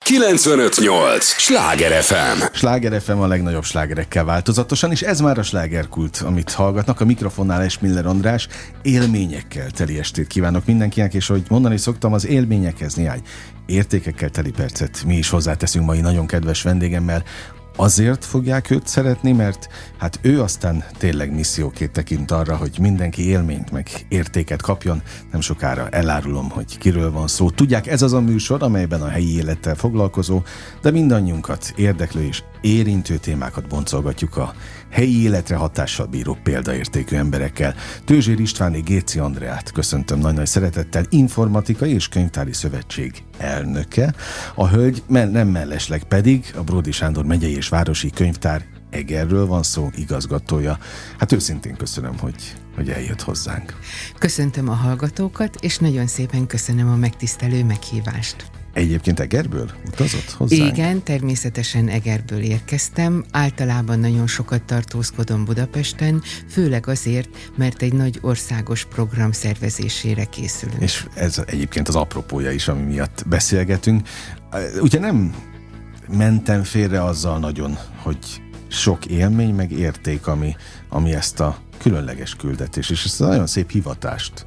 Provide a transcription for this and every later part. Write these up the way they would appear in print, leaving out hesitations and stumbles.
95.8 Sláger FM. Sláger FM a legnagyobb slágerekkel változatosan, és ez már a slágerkult, amit hallgatnak. A mikrofonnál Esmiller András. Élményekkel teli estét kívánok mindenkinek, és ahogy mondani szoktam, az élményekhez néhány értékekkel teli percet mi is hozzáteszünk mai nagyon kedves vendégemmel. Azért fogják őt szeretni, mert hát ő aztán tényleg misszióként tekint arra, hogy mindenki élményt meg értéket kapjon. Nem sokára elárulom, hogy kiről van szó. Tudják, ez az a műsor, amelyben a helyi élettel foglalkozó, de mindannyiunkat érdeklő és érintő témákat boncolgatjuk a helyi életre hatással bíró példaértékű emberekkel. Tőzsér Istváné Géci Andreát köszöntöm nagy-nagy szeretettel, Informatikai és Könyvtári Szövetség elnöke. A hölgy nem mellesleg pedig a Bródi Sándor megyei és városi könyvtár Egerről van szó, igazgatója. Hát őszintén köszönöm, hogy eljött hozzánk. Köszöntöm a hallgatókat, és nagyon szépen köszönöm a megtisztelő meghívást. Egyébként Egerből utazott hozzánk? Igen, természetesen Egerből érkeztem. Általában nagyon sokat tartózkodom Budapesten, főleg azért, mert egy nagy országos program szervezésére készülünk. És ez egyébként az apropója is, ami miatt beszélgetünk. Ugye nem mentem félre azzal nagyon, hogy sok élmény meg érték, ami ezt a különleges küldetés, és ezt a nagyon szép hivatást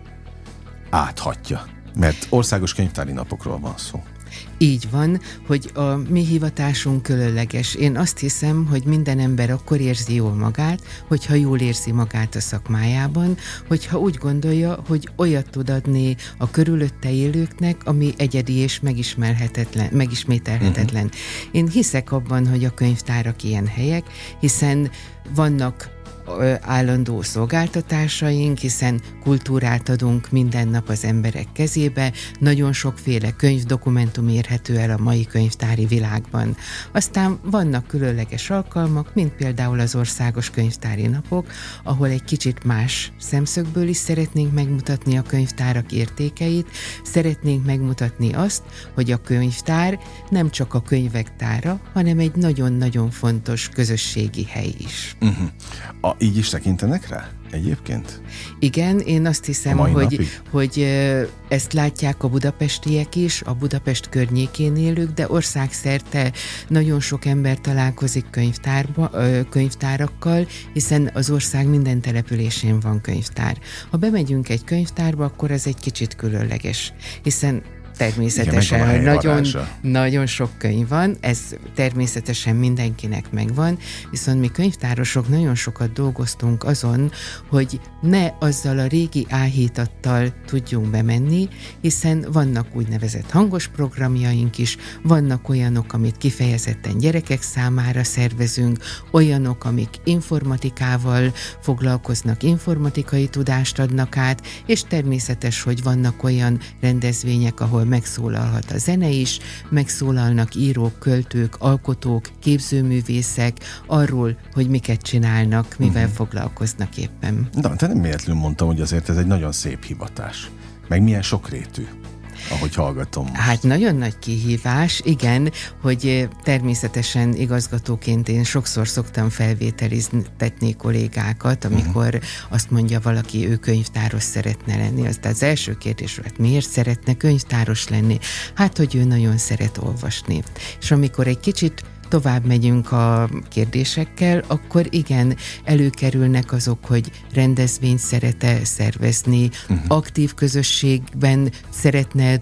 áthatja. Mert országos könyvtári napokról van szó. Így van, hogy a mi hivatásunk különleges. Én azt hiszem, hogy minden ember akkor érzi jól magát, hogyha jól érzi magát a szakmájában, hogyha úgy gondolja, hogy olyat tud adni a körülötte élőknek, ami egyedi és megismételhetetlen. Én hiszek abban, hogy a könyvtárak ilyen helyek, hiszen vannak állandó szolgáltatásaink, hiszen kultúrát adunk minden nap az emberek kezébe, nagyon sokféle könyvdokumentum érhető el a mai könyvtári világban. Aztán vannak különleges alkalmak, mint például az országos könyvtári napok, ahol egy kicsit más szemszögből is szeretnénk megmutatni a könyvtárak értékeit, szeretnénk megmutatni azt, hogy a könyvtár nem csak a könyvek tára, hanem egy nagyon-nagyon fontos közösségi hely is. Így is tekintenek rá egyébként? Igen, én azt hiszem, hogy ezt látják a budapestiek is, a Budapest környékén élők, de országszerte nagyon sok ember találkozik könyvtárakkal, hiszen az ország minden településén van könyvtár. Ha bemegyünk egy könyvtárba, akkor ez egy kicsit különleges, hiszen természetesen, nagyon sok könyv van, ez természetesen mindenkinek megvan, viszont mi könyvtárosok nagyon sokat dolgoztunk azon, hogy ne azzal a régi áhítattal tudjunk bemenni, hiszen vannak úgynevezett hangos programjaink is, vannak olyanok, amit kifejezetten gyerekek számára szervezünk, olyanok, amik informatikával foglalkoznak, informatikai tudást adnak át, és természetes, hogy vannak olyan rendezvények, ahol megszólalhat a zene is, megszólalnak írók, költők, alkotók, képzőművészek arról, hogy miket csinálnak, mivel foglalkoznak éppen. De nem véletlenül mondtam, hogy azért ez egy nagyon szép hivatás. Meg milyen sokrétű, ahogy hallgatom most. Hát nagyon nagy kihívás, igen, hogy természetesen igazgatóként én sokszor szoktam felvételiztetni kollégákat, amikor azt mondja valaki, ő könyvtáros szeretne lenni. Az első kérdés, hogy miért szeretne könyvtáros lenni? Hát, hogy ő nagyon szeret olvasni. És amikor egy kicsit tovább megyünk a kérdésekkel, akkor igen, előkerülnek azok, hogy rendezvényt szeretne szervezni, aktív közösségben szeretne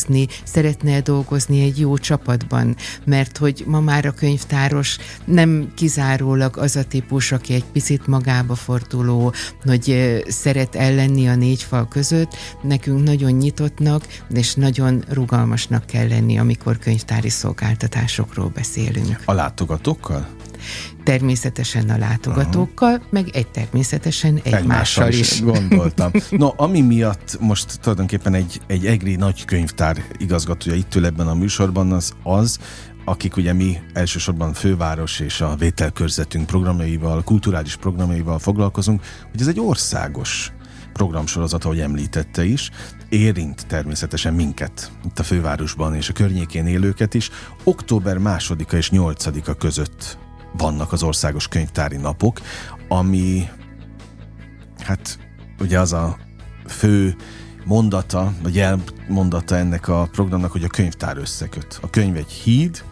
dolgozni egy jó csapatban, mert hogy ma már a könyvtáros nem kizárólag az a típus, aki egy picit magába forduló, hogy szeret ellenni a négy fal között, nekünk nagyon nyitottnak és nagyon rugalmasnak kell lenni, amikor könyvtári szolgáltatásokról beszélünk. A látogatókkal? Természetesen a látogatókkal, meg természetesen egymással is. Gondoltam. No, ami miatt most tulajdonképpen egy egri nagy könyvtár igazgatója itt ül ebben a műsorban, az, akik ugye mi elsősorban főváros és a vételkörzetünk programjaival, kulturális programjaival foglalkozunk, hogy ez egy országos programsorozat, ahogy említette is, érint természetesen minket, itt a fővárosban és a környékén élőket is. Október 2-a és 8-a között vannak az országos könyvtári napok, ami hát ugye az a fő mondata, vagy elmondata ennek a programnak, hogy a könyvtár összeköt. A könyv egy híd,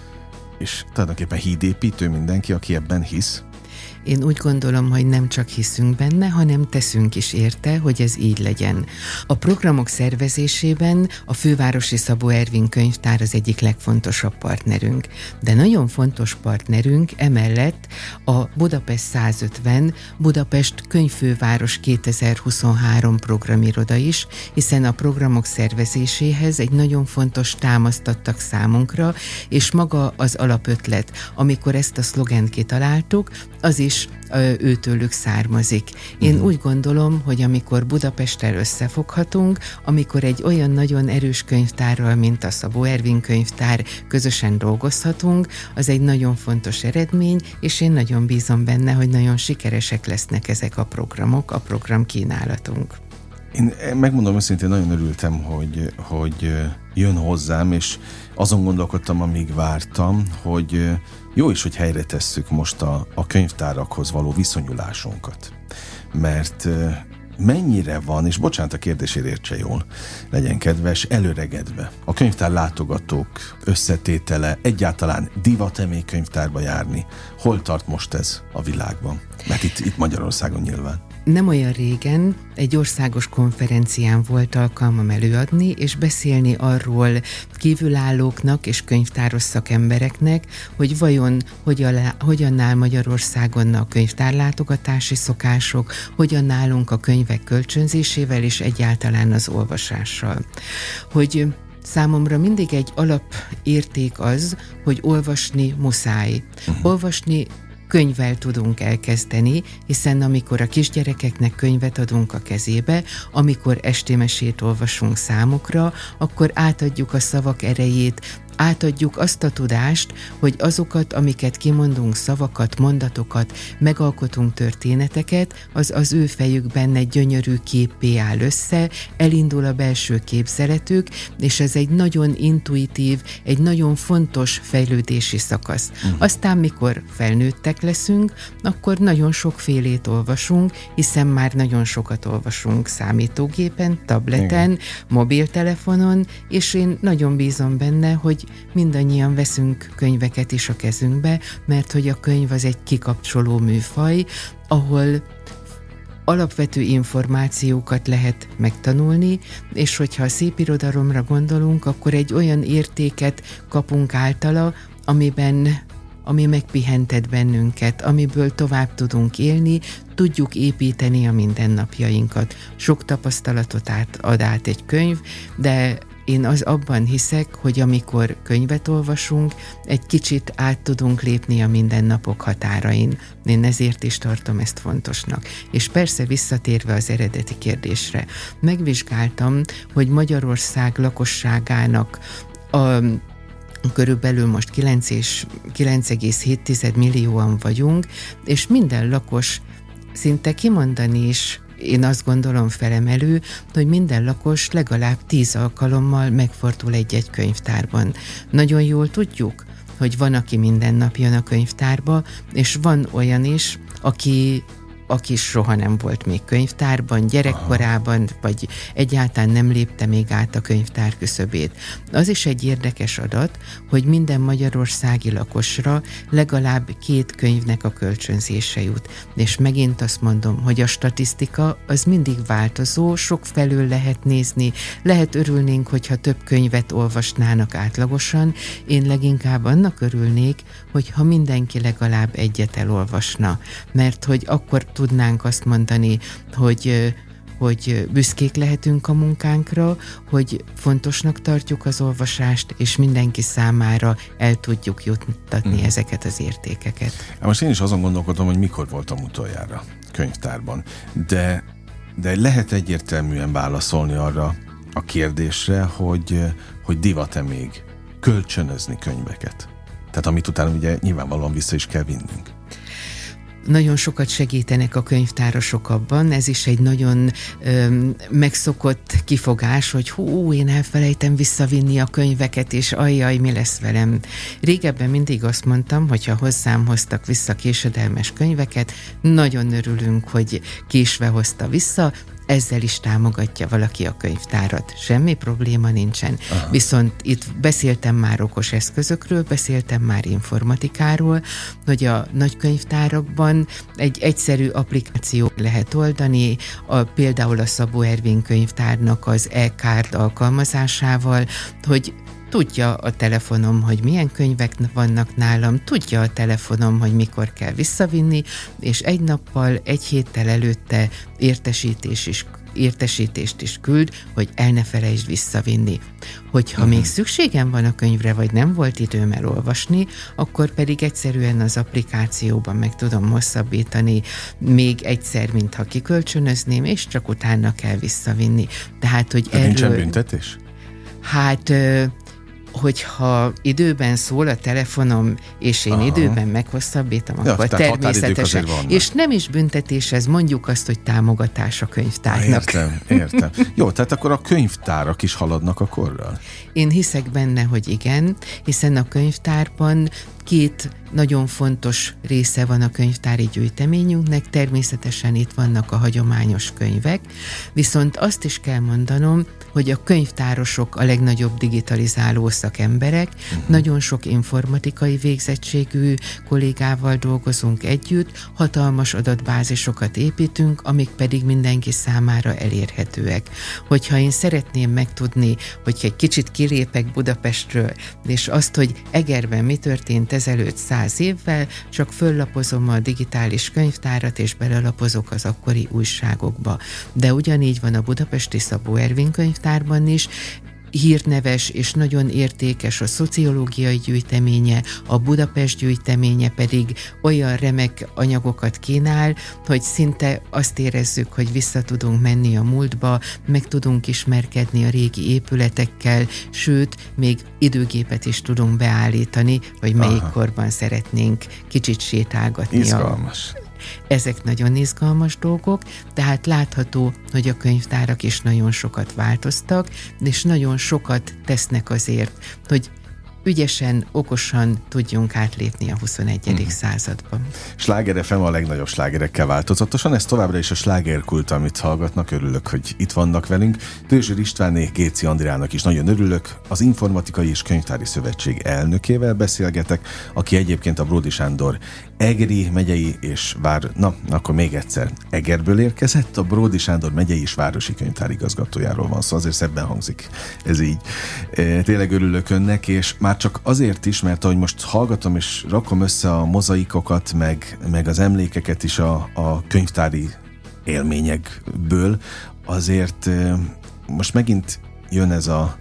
és tulajdonképpen hídépítő mindenki, aki ebben hisz. Én úgy gondolom, hogy nem csak hiszünk benne, hanem teszünk is érte, hogy ez így legyen. A programok szervezésében a Fővárosi Szabó Ervin Könyvtár az egyik legfontosabb partnerünk. De nagyon fontos partnerünk emellett a Budapest 150, Budapest Könyvfőváros 2023 programiroda is, hiszen a programok szervezéséhez egy nagyon fontos támaszt adtak számunkra, és maga az alapötlet, amikor ezt a szlogent kitaláltuk, az is őtőlük származik. Én úgy gondolom, hogy amikor Budapesttel összefoghatunk, amikor egy olyan nagyon erős könyvtárral, mint a Szabó Ervin Könyvtár közösen dolgozhatunk, az egy nagyon fontos eredmény, és én nagyon bízom benne, hogy nagyon sikeresek lesznek ezek a programok, a programkínálatunk. Én megmondom őszintén, nagyon örültem, hogy jön hozzám, és azon gondolkodtam, amíg vártam, hogy jó is, hogy helyre tesszük most a könyvtárakhoz való viszonyulásunkat. Mert mennyire van, és bocsánat a kérdésért értse jól, legyen kedves, előregedve. A könyvtár látogatók összetétele, egyáltalán divat-e még könyvtárba járni? Hol tart most ez a világban? Mert itt Magyarországon nyilván. Nem olyan régen egy országos konferencián volt alkalmam előadni és beszélni arról kívülállóknak és könyvtáros szakembereknek, hogy vajon hogyan áll Magyarországon a könyvtárlátogatási szokások, hogyan állunk a könyvek kölcsönzésével és egyáltalán az olvasással. Hogy számomra mindig egy alapérték az, hogy olvasni muszáj. Olvasni könyvvel tudunk elkezdeni, hiszen amikor a kisgyerekeknek könyvet adunk a kezébe, amikor estémesét olvasunk számukra, akkor átadjuk a szavak erejét, átadjuk azt a tudást, hogy azokat, amiket kimondunk, szavakat, mondatokat, megalkotunk történeteket, az ő fejükben egy gyönyörű képpé áll össze, elindul a belső képzeletük, és ez egy nagyon intuitív, egy nagyon fontos fejlődési szakasz. Aztán, mikor felnőttek leszünk, akkor nagyon sokfélét olvasunk, hiszen már nagyon sokat olvasunk számítógépen, tableten, mobiltelefonon, és én nagyon bízom benne, hogy mindannyian veszünk könyveket is a kezünkbe, mert hogy a könyv az egy kikapcsoló műfaj, ahol alapvető információkat lehet megtanulni, és hogyha a szépirodalomra gondolunk, akkor egy olyan értéket kapunk általa, ami megpihentet bennünket, amiből tovább tudunk élni, tudjuk építeni a mindennapjainkat. Sok tapasztalatot ad át egy könyv, de én abban hiszek, hogy amikor könyvet olvasunk, egy kicsit át tudunk lépni a mindennapok határain. Én ezért is tartom ezt fontosnak. És persze visszatérve az eredeti kérdésre, megvizsgáltam, hogy Magyarország lakosságának körülbelül most 9,7 millióan vagyunk, és minden lakos szinte kimondani is, én azt gondolom felemelő, hogy minden lakos legalább 10 alkalommal megfordul egy-egy könyvtárban. Nagyon jól tudjuk, hogy van, aki minden nap jön a könyvtárba, és van olyan is, aki soha nem volt még könyvtárban, gyerekkorában, vagy egyáltalán nem lépte még át a könyvtár küszöbét. Az is egy érdekes adat, hogy minden magyarországi lakosra legalább 2 könyvnek a kölcsönzése jut. És megint azt mondom, hogy a statisztika az mindig változó, sok felől lehet nézni, lehet örülnénk, hogyha több könyvet olvasnának átlagosan, én leginkább annak örülnék, hogyha mindenki legalább egyet elolvasna, mert hogy akkor tudnánk azt mondani, hogy büszkék lehetünk a munkánkra, hogy fontosnak tartjuk az olvasást, és mindenki számára el tudjuk juttatni ezeket az értékeket. Most én is azon gondolkodom, hogy mikor voltam utoljára könyvtárban, de lehet egyértelműen válaszolni arra a kérdésre, hogy divat-e még kölcsönözni könyveket. Tehát amit utána ugye nyilvánvalóan vissza is kell vinnünk. Nagyon sokat segítenek a könyvtárosok abban, ez is egy nagyon megszokott kifogás, hogy én elfelejtem visszavinni a könyveket, és ajjaj, mi lesz velem. Régebben mindig azt mondtam, hogyha hozzám hoztak vissza késedelmes könyveket, nagyon örülünk, hogy késve hozta vissza, ezzel is támogatja valaki a könyvtárat. Semmi probléma nincsen. Aha. Viszont itt beszéltem már okos eszközökről, beszéltem már informatikáról, hogy a nagy könyvtárakban egy egyszerű applikáció lehet oldani, például a Szabó Ervin könyvtárnak az e-card alkalmazásával, hogy tudja a telefonom, hogy milyen könyvek vannak nálam, tudja a telefonom, hogy mikor kell visszavinni, és egy nappal, egy héttel előtte értesítést is küld, hogy el ne felejtsd visszavinni. Hogyha még szükségem van a könyvre, vagy nem volt időm elolvasni, akkor pedig egyszerűen az applikációban meg tudom hosszabbítani még egyszer, mintha kikölcsönözném, és csak utána kell visszavinni. Tehát, hogy erről... Nincsen büntetés? Hát... hogyha időben szól a telefonom, és én időben meghosszabbítom, akkor természetesen. És nem is büntetés, ez mondjuk azt, hogy támogatás a könyvtárnak. Értem. Jó, tehát akkor a könyvtárak is haladnak a korral? Én hiszek benne, hogy igen, hiszen a könyvtárban 2 nagyon fontos része van a könyvtári gyűjteményünknek, természetesen itt vannak a hagyományos könyvek, viszont azt is kell mondanom, hogy a könyvtárosok a legnagyobb digitalizáló szakemberek, nagyon sok informatikai végzettségű kollégával dolgozunk együtt, hatalmas adatbázisokat építünk, amik pedig mindenki számára elérhetőek. Hogyha én szeretném megtudni, hogy egy kicsit kilépek Budapestről, és azt, hogy Egerben mi történt ezelőtt 100 évvel, csak föllapozom a digitális könyvtárat, és belelapozok az akkori újságokba. De ugyanígy van a budapesti Szabó Ervin könyvtárban is, hírneves és nagyon értékes a szociológiai gyűjteménye, a Budapest gyűjteménye pedig olyan remek anyagokat kínál, hogy szinte azt érezzük, hogy vissza tudunk menni a múltba, meg tudunk ismerkedni a régi épületekkel, sőt, még időgépet is tudunk beállítani, hogy melyik korban szeretnénk kicsit sétálgatni. Izgalmas. Ezek nagyon izgalmas dolgok, tehát látható, hogy a könyvtárak is nagyon sokat változtak, és nagyon sokat tesznek azért, hogy ügyesen, okosan tudjunk átlépni a 21. században. Sláger FM a legnagyobb slágerekkel változatosan, ez továbbra is a slágerkult, amit hallgatnak, örülök, hogy itt vannak velünk. Dőzsör Istvánné, Géci Andriának is nagyon örülök, az Informatikai és Könyvtári Szövetség elnökével beszélgetek, aki egyébként a Bródy Sándor Egri megyei és akkor még egyszer, Egerből érkezett, a Bródy Sándor megyei és városi könyvtárigazgatójáról van szó, azért szebben hangzik ez így. Tényleg örülök önnek, és már csak azért is, mert ahogy most hallgatom és rakom össze a mozaikokat, meg az emlékeket is a könyvtári élményekből, azért most megint jön ez a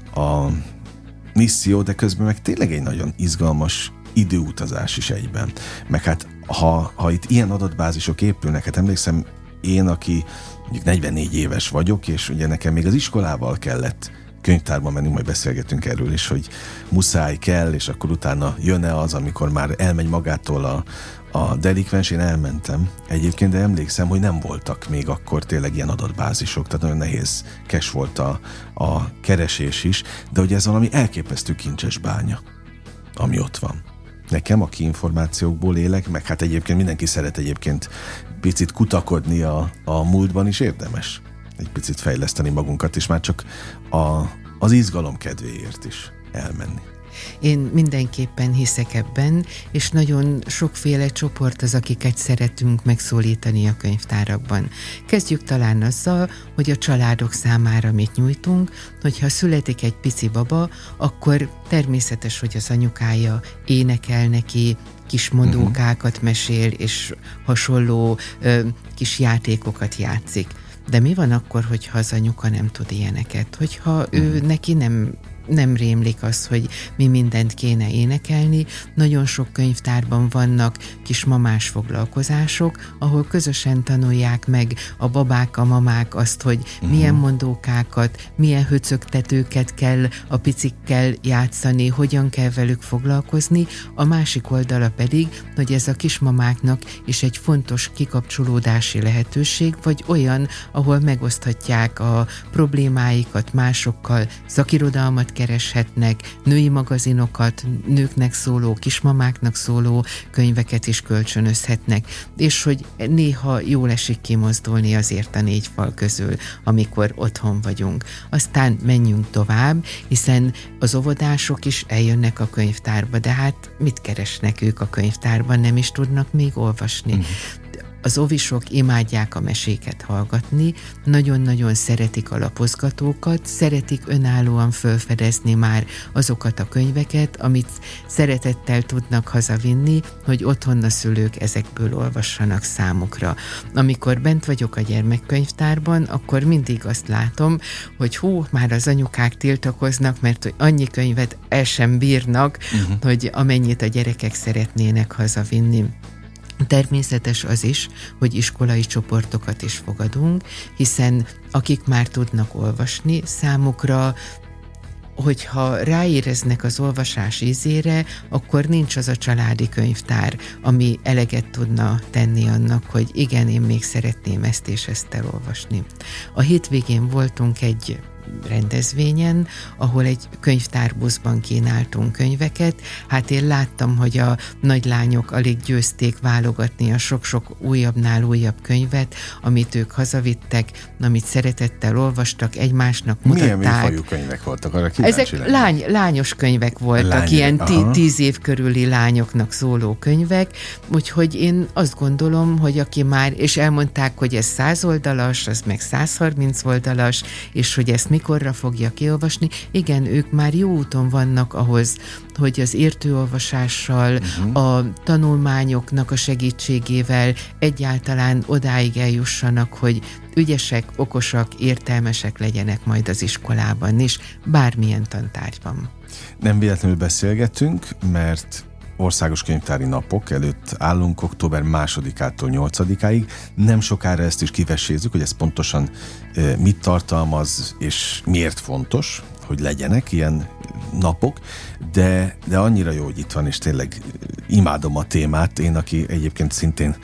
misszió, de közben meg tényleg egy nagyon izgalmas időutazás is egyben. Meg hát, ha itt ilyen adatbázisok épülnek, hát emlékszem én, aki mondjuk 44 éves vagyok, és ugye nekem még az iskolával kellett könyvtárban menni, majd beszélgetünk erről is, hogy muszáj kell, és akkor utána jön-e az, amikor már elmegy magától a delikvens. Én elmentem egyébként, de emlékszem, hogy nem voltak még akkor tényleg ilyen adatbázisok, tehát nagyon nehézkes volt a keresés is, de ugye ez valami elképesztő kincses bánya, ami ott van. Nekem, aki információkból élek, meg hát egyébként mindenki szeret egyébként picit kutakodni a múltban is érdemes. Egy picit fejleszteni magunkat, és már csak az izgalom kedvéért is elmenni. Én mindenképpen hiszek ebben, és nagyon sokféle csoport az, akiket szeretünk megszólítani a könyvtárakban. Kezdjük talán azzal, hogy a családok számára mit nyújtunk, hogyha születik egy pici baba, akkor természetes, hogy az anyukája énekel neki, kis mondókákat mesél, és hasonló kis játékokat játszik. De mi van akkor, hogyha az anyuka nem tud ilyeneket? Hogyha ő neki nem rémlik az, hogy mi mindent kéne énekelni. Nagyon sok könyvtárban vannak kis mamás foglalkozások, ahol közösen tanulják meg a babák, a mamák azt, hogy milyen mondókákat, milyen höcögtetőket kell a picikkel játszani, hogyan kell velük foglalkozni. A másik oldala pedig, hogy ez a kismamáknak is egy fontos kikapcsolódási lehetőség, vagy olyan, ahol megoszthatják a problémáikat másokkal, szakirodalmat kereshetnek, női magazinokat, nőknek szóló, kismamáknak szóló könyveket is kölcsönözhetnek, és hogy néha jól esik kimozdulni azért a 4 fal közül, amikor otthon vagyunk. Aztán menjünk tovább, hiszen az óvodások is eljönnek a könyvtárba, de hát mit keresnek ők a könyvtárban, nem is tudnak még olvasni. Az óvisok imádják a meséket hallgatni, nagyon-nagyon szeretik a lapozgatókat, szeretik önállóan felfedezni már azokat a könyveket, amit szeretettel tudnak hazavinni, hogy otthon a szülők ezekből olvassanak számukra. Amikor bent vagyok a gyermekkönyvtárban, akkor mindig azt látom, hogy már az anyukák tiltakoznak, mert hogy annyi könyvet el sem bírnak, hogy amennyit a gyerekek szeretnének hazavinni. Természetes az is, hogy iskolai csoportokat is fogadunk, hiszen akik már tudnak olvasni, számukra, hogyha ráéreznek az olvasás ízére, akkor nincs az a családi könyvtár, ami eleget tudna tenni annak, hogy igen, én még szeretném ezt és ezt elolvasni. A hétvégén voltunk egy rendezvényen, ahol egy könyvtárbuszban kínáltunk könyveket. Hát én láttam, hogy a nagylányok alig győzték válogatni a sok-sok újabbnál újabb könyvet, amit ők hazavittek, amit szeretettel olvastak, egymásnak mutatták. Milyen műfajú könyvek voltak? Arra ezek lányos könyvek voltak, ilyen 10 év körüli lányoknak szóló könyvek, úgyhogy én azt gondolom, hogy aki már, és elmondták, hogy ez 100 oldalas, az meg 130 oldalas, és hogy ezt mikorra fogja kiolvasni. Igen, ők már jó úton vannak ahhoz, hogy az értőolvasással, a tanulmányoknak a segítségével egyáltalán odáig eljussanak, hogy ügyesek, okosak, értelmesek legyenek majd az iskolában is, bármilyen tantárgyban. Nem véletlenül beszélgetünk, mert országos könyvtári napok előtt állunk október 2-től 8-áig. Nem sokára ezt is kivesézzük, hogy ez pontosan mit tartalmaz, és miért fontos, hogy legyenek ilyen napok, de annyira jó, hogy itt van, és tényleg imádom a témát. Én, aki egyébként szintén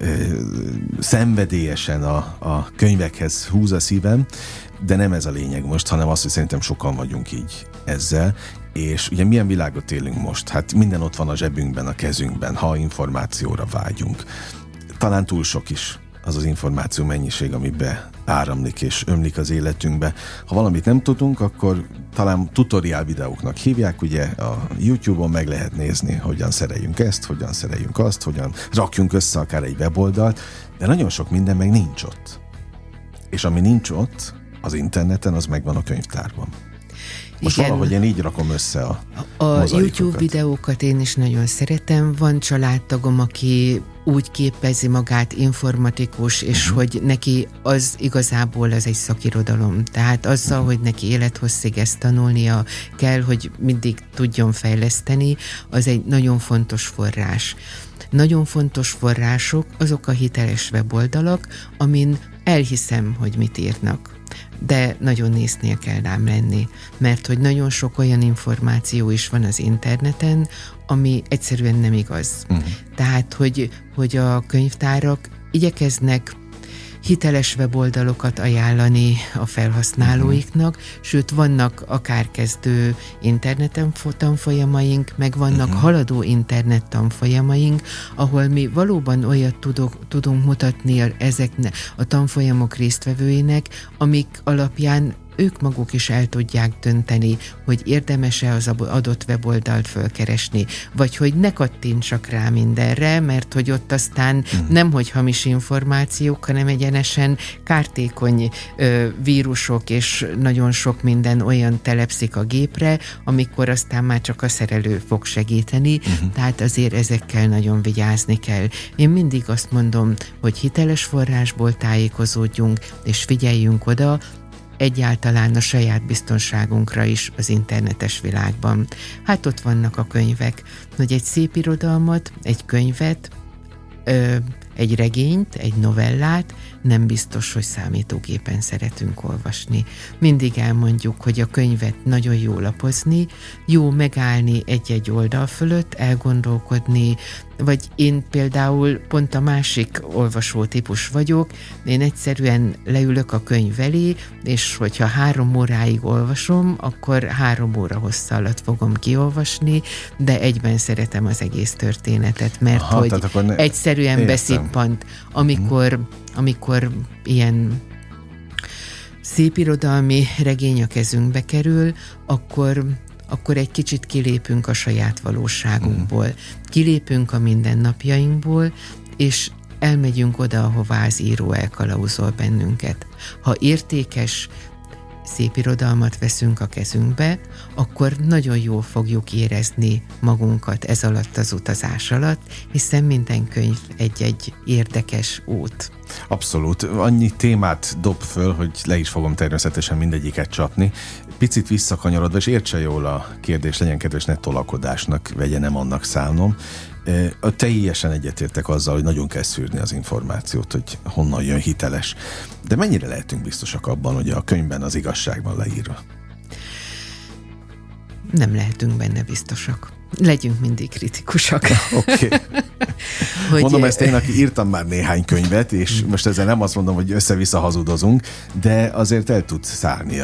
szenvedélyesen a könyvekhez húz a szívem, de nem ez a lényeg most, hanem az, hogy szerintem sokan vagyunk így ezzel. És ugye milyen világot élünk most? Hát minden ott van a zsebünkben, a kezünkben, ha információra vágyunk. Talán túl sok is az információ mennyiség, ami beáramlik és ömlik az életünkbe. Ha valamit nem tudunk, akkor talán tutoriál videóknak hívják, ugye a YouTube-on meg lehet nézni, hogyan szereljünk ezt, hogyan szereljünk azt, hogyan rakjunk össze akár egy weboldalt, de nagyon sok minden meg nincs ott. És ami nincs ott az interneten, az megvan a könyvtárban. Most igen. Valahogy én így rakom össze a YouTube videókat én is nagyon szeretem. Van családtagom, aki úgy képezi magát informatikus, és hogy neki az igazából ez egy szakirodalom. Tehát azzal, hogy neki élethosszig ezt tanulnia kell, hogy mindig tudjon fejleszteni, az egy nagyon fontos forrás. Nagyon fontos források azok a hiteles weboldalak, amin elhiszem, hogy mit írnak. De nagyon néznie kell rám lenni, mert hogy nagyon sok olyan információ is van az interneten, ami egyszerűen nem igaz. Tehát, hogy a könyvtárak igyekeznek hiteles weboldalokat ajánlani a felhasználóiknak, sőt vannak akár kezdő interneten tanfolyamaink, meg vannak haladó internet tanfolyamaink, ahol mi valóban olyat tudunk mutatni ezeknek a tanfolyamok résztvevőinek, amik alapján ők maguk is el tudják dönteni, hogy érdemes-e az adott weboldalt fölkeresni, vagy hogy ne kattintsak rá mindenre, mert hogy ott aztán nemhogy hamis információk, hanem egyenesen kártékony vírusok és nagyon sok minden olyan telepszik a gépre, amikor aztán már csak a szerelő fog segíteni, tehát azért ezekkel nagyon vigyázni kell. Én mindig azt mondom, hogy hiteles forrásból tájékozódjunk, és figyeljünk oda, egyáltalán a saját biztonságunkra is az internetes világban. Hát ott vannak a könyvek, hogy egy szép irodalmat, egy könyvet, egy regényt, egy novellát nem biztos, hogy számítógépen szeretünk olvasni. Mindig elmondjuk, hogy a könyvet nagyon jó lapozni, jó megállni egy-egy oldal fölött, elgondolkodni, vagy én például pont a másik olvasó típus vagyok, én egyszerűen leülök a könyv elé, és hogyha 3 óráig olvasom, akkor 3 óra hossza alatt fogom kiolvasni, de egyben szeretem az egész történetet, mert hogy egyszerűen beszippant, amikor ilyen szépirodalmi regény a kezünkbe kerül, akkor egy kicsit kilépünk a saját valóságunkból. Kilépünk a mindennapjainkból, és elmegyünk oda, ahová az író elkalauzol bennünket. Ha értékes szépirodalmat veszünk a kezünkbe, akkor nagyon jól fogjuk érezni magunkat ez alatt az utazás alatt, hiszen minden könyv egy-egy érdekes út. Abszolút. Annyi témát dob föl, hogy le is fogom természetesen mindegyiket csapni. Picit visszakanyarodva, és értse jól a kérdés, legyen kedves, ne tolakodásnak vegye, nem annak szánom. Teljesen egyetértek azzal, hogy nagyon kell szűrni az információt, hogy honnan jön hiteles. De mennyire lehetünk biztosak abban, hogy a könyvben az igazság van leírva? Nem lehetünk benne biztosak. Legyünk mindig kritikusak. Oké. Mondom ezt én, aki írtam már néhány könyvet, és most ezzel nem azt mondom, hogy össze-vissza hazudozunk, de azért el tud szállni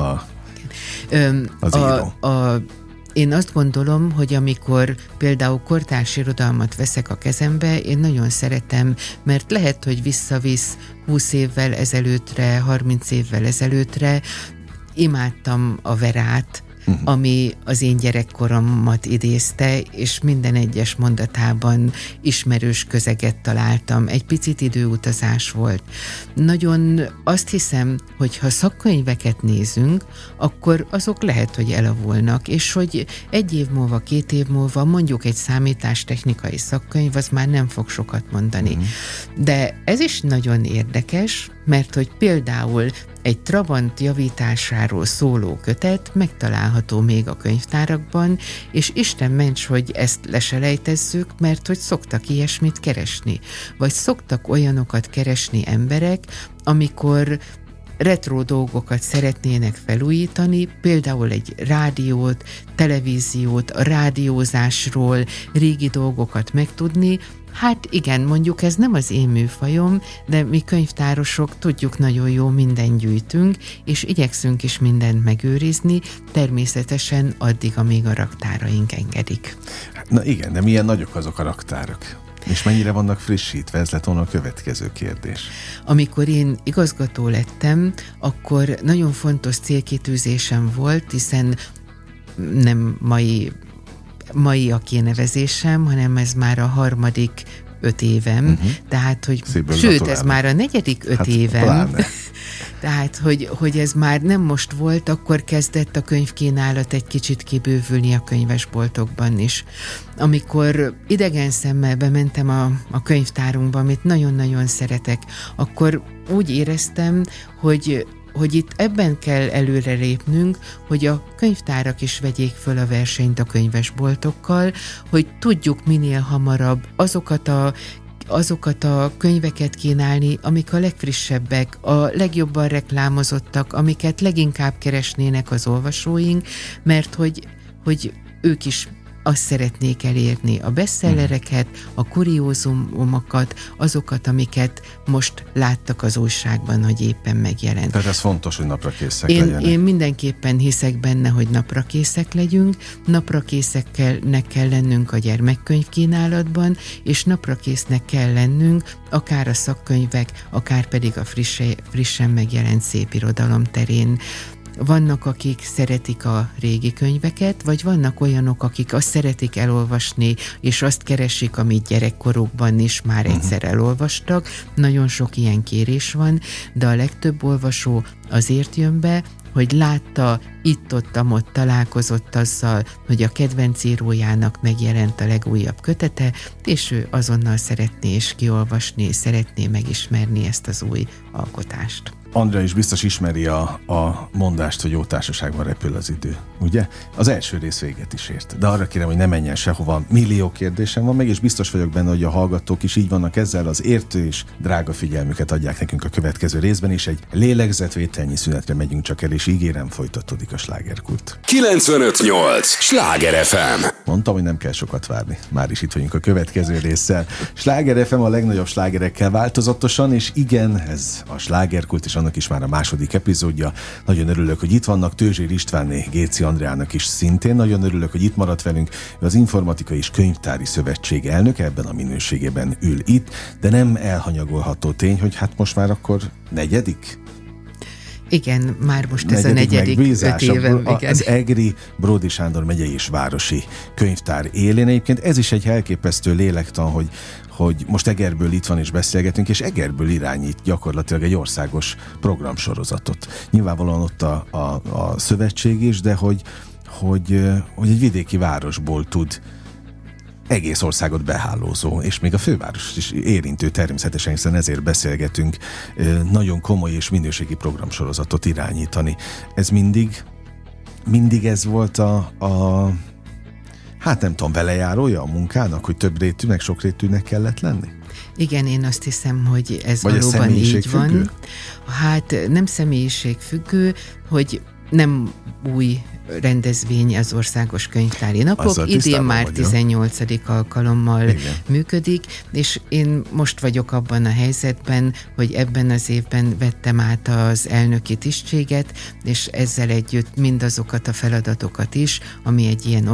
az író. Én azt gondolom, hogy amikor például kortárs irodalmat veszek a kezembe, én nagyon szeretem, mert lehet, hogy visszavisz 20 évvel ezelőttre, 30 évvel ezelőttre. Imádtam a Verát, ami az én gyerekkoromat idézte, és minden egyes mondatában ismerős közeget találtam. Egy picit időutazás volt. Nagyon azt hiszem, hogy ha szakkönyveket nézünk, akkor azok lehet, hogy elavulnak, és hogy 1 év múlva, 2 év múlva mondjuk egy számítástechnikai szakkönyv, az már nem fog sokat mondani. De ez is nagyon érdekes, mert hogy például egy Trabant javításáról szóló kötet megtalálható még a könyvtárakban, és Isten ments, hogy ezt leselejtezzük, mert hogy szoktak ilyesmit keresni. Vagy szoktak olyanokat keresni emberek, amikor retro dolgokat szeretnének felújítani, például egy rádiót, televíziót, a rádiózásról régi dolgokat megtudni. Hát igen, mondjuk ez nem az én műfajom, de mi könyvtárosok tudjuk nagyon jó, mindent gyűjtünk, és igyekszünk is mindent megőrizni, természetesen addig, amíg a raktáraink engedik. Na igen, de milyen nagyok azok a raktárak? És mennyire vannak frissítve? Ez lett volna a következő kérdés. Amikor én igazgató lettem, akkor nagyon fontos célkitűzésem volt, hiszen nem mai a kinevezésem, hanem ez már a 3. 5 évem, tehát, hogy sőt, ez már a 4. 5 évem, tehát, hogy ez már nem most volt, akkor kezdett a könyvkínálat egy kicsit kibővülni a könyvesboltokban is. Amikor idegen szemmel bementem a könyvtárunkba, amit nagyon-nagyon szeretek, akkor úgy éreztem, hogy itt ebben kell előre lépnünk, hogy a könyvtárak is vegyék föl a versenyt a könyvesboltokkal, hogy tudjuk minél hamarabb azokat a könyveket kínálni, amik a legfrissebbek, a legjobban reklámozottak, amiket leginkább keresnének az olvasóink, mert hogy ők is azt szeretnék elérni, a bestsellereket, a kuriózumokat, azokat, amiket most láttak az újságban, hogy éppen megjelent. Tehát ez fontos, hogy naprakészek legyenek. Én mindenképpen hiszek benne, hogy naprakészek legyünk, naprakészeknek kell lennünk a gyermekkönyvkínálatban, és naprakésznek kell lennünk akár a szakkönyvek, akár pedig a frissen megjelent szépirodalom terén. Vannak, akik szeretik a régi könyveket, vagy vannak olyanok, akik azt szeretik elolvasni, és azt keresik, amit gyerekkorukban is már egyszer elolvastak. Nagyon sok ilyen kérés van, de a legtöbb olvasó azért jön be, hogy látta, itt-ott találkozott azzal, hogy a kedvenc írójának megjelent a legújabb kötete, és ő azonnal szeretné is kiolvasni, szeretné megismerni ezt az új alkotást. Andrea is biztos ismeri a mondást, hogy jó társaságban repül az idő, ugye? Az első rész véget is ért, de arra kérem, hogy ne menjen sehova, millió kérdésem van meg, és biztos vagyok benne, hogy a hallgatók is így vannak ezzel, az értő és drága figyelmüket adják nekünk a következő részben, és egy lélegzetvételnyi szünetre megyünk csak el, és ígérem, folytatódik a slágerkult. 95.8 Sláger FM. Mondtam, hogy nem kell sokat várni, már is itt vagyunk a következő résszel. Sláger FM a legnagyobb slágerekkel változatosan, és igen, ez a slágerkult, és annak is már a második epizódja. Nagyon örülök, hogy itt vannak, Tőzsér Istvánné, Géci Andreának is szintén. Nagyon örülök, hogy itt maradt velünk. Az Informatikai és Könyvtári Szövetség elnöke ebben a minőségében ül itt, de nem elhanyagolható tény, hogy hát most már akkor negyedik? Igen, már most ez a negyedik 5 évem. Az Egri Bródi Sándor megyei és városi könyvtár élén. Egyébként ez is egy elképesztő lélektan, hogy most Egerből itt van és beszélgetünk, és Egerből irányít gyakorlatilag egy országos programsorozatot. Nyilvánvalóan ott a szövetség is, de hogy egy vidéki városból tud egész országot behálózó, és még a főváros is érintő természetesen, hiszen ezért beszélgetünk, nagyon komoly és minőségi programsorozatot irányítani. Ez mindig ez volt hát nem tudom, velejárója a munkának, hogy több rétű, meg sok rétűnek kellett lenni? Igen, én azt hiszem, hogy ez vagy valóban így van. Függő? Hát nem személyiségfüggő, hogy nem új rendezvény az Országos Könyvtári Napok. Azzal idén már 18. alkalommal működik, és én most vagyok abban a helyzetben, hogy ebben az évben vettem át az elnöki tisztséget, és ezzel együtt mindazokat a feladatokat is, ami egy ilyen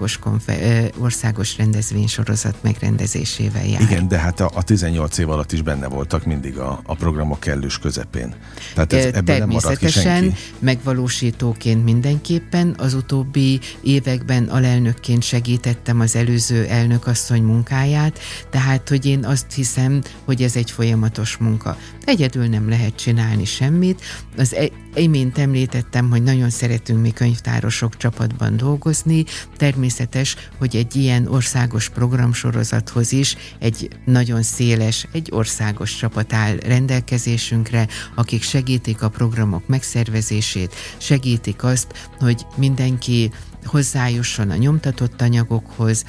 országos rendezvénysorozat megrendezésével jár. Igen, de hát a 18 év alatt is benne voltak mindig a programok kellős közepén. Tehát ebből nem maradt ki senki. Megvalósítóként mindenképpen. Az utóbbi években alelnökként segítettem az előző elnökasszony munkáját, tehát, hogy én azt hiszem, hogy ez egy folyamatos munka. Egyedül nem lehet csinálni semmit. Az imént említettem, hogy nagyon szeretünk mi könyvtárosok csapatban dolgozni. Természetes, hogy egy ilyen országos programsorozathoz is egy nagyon széles, egy országos csapat áll rendelkezésünkre, akik segítik a programok megszervezését, segítik azt, hogy mindenki hozzájusson a nyomtatott anyagokhoz,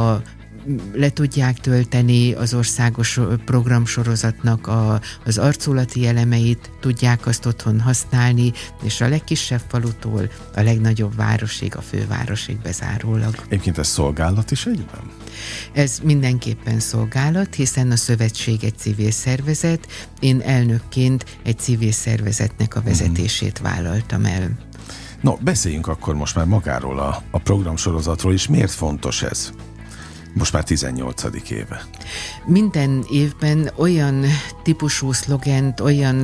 le tudják tölteni az országos programsorozatnak az arculati elemeit, tudják azt otthon használni, és a legkisebb falutól a legnagyobb városig, a fővárosig bezárólag. Egyébként ez szolgálat is egyben? Ez mindenképpen szolgálat, hiszen a szövetség egy civil szervezet, én elnökként egy civil szervezetnek a vezetését vállaltam el. No, beszéljünk akkor most már magáról a programsorozatról is. Miért fontos ez? Most már 18. éve. Minden évben olyan típusú szlogent,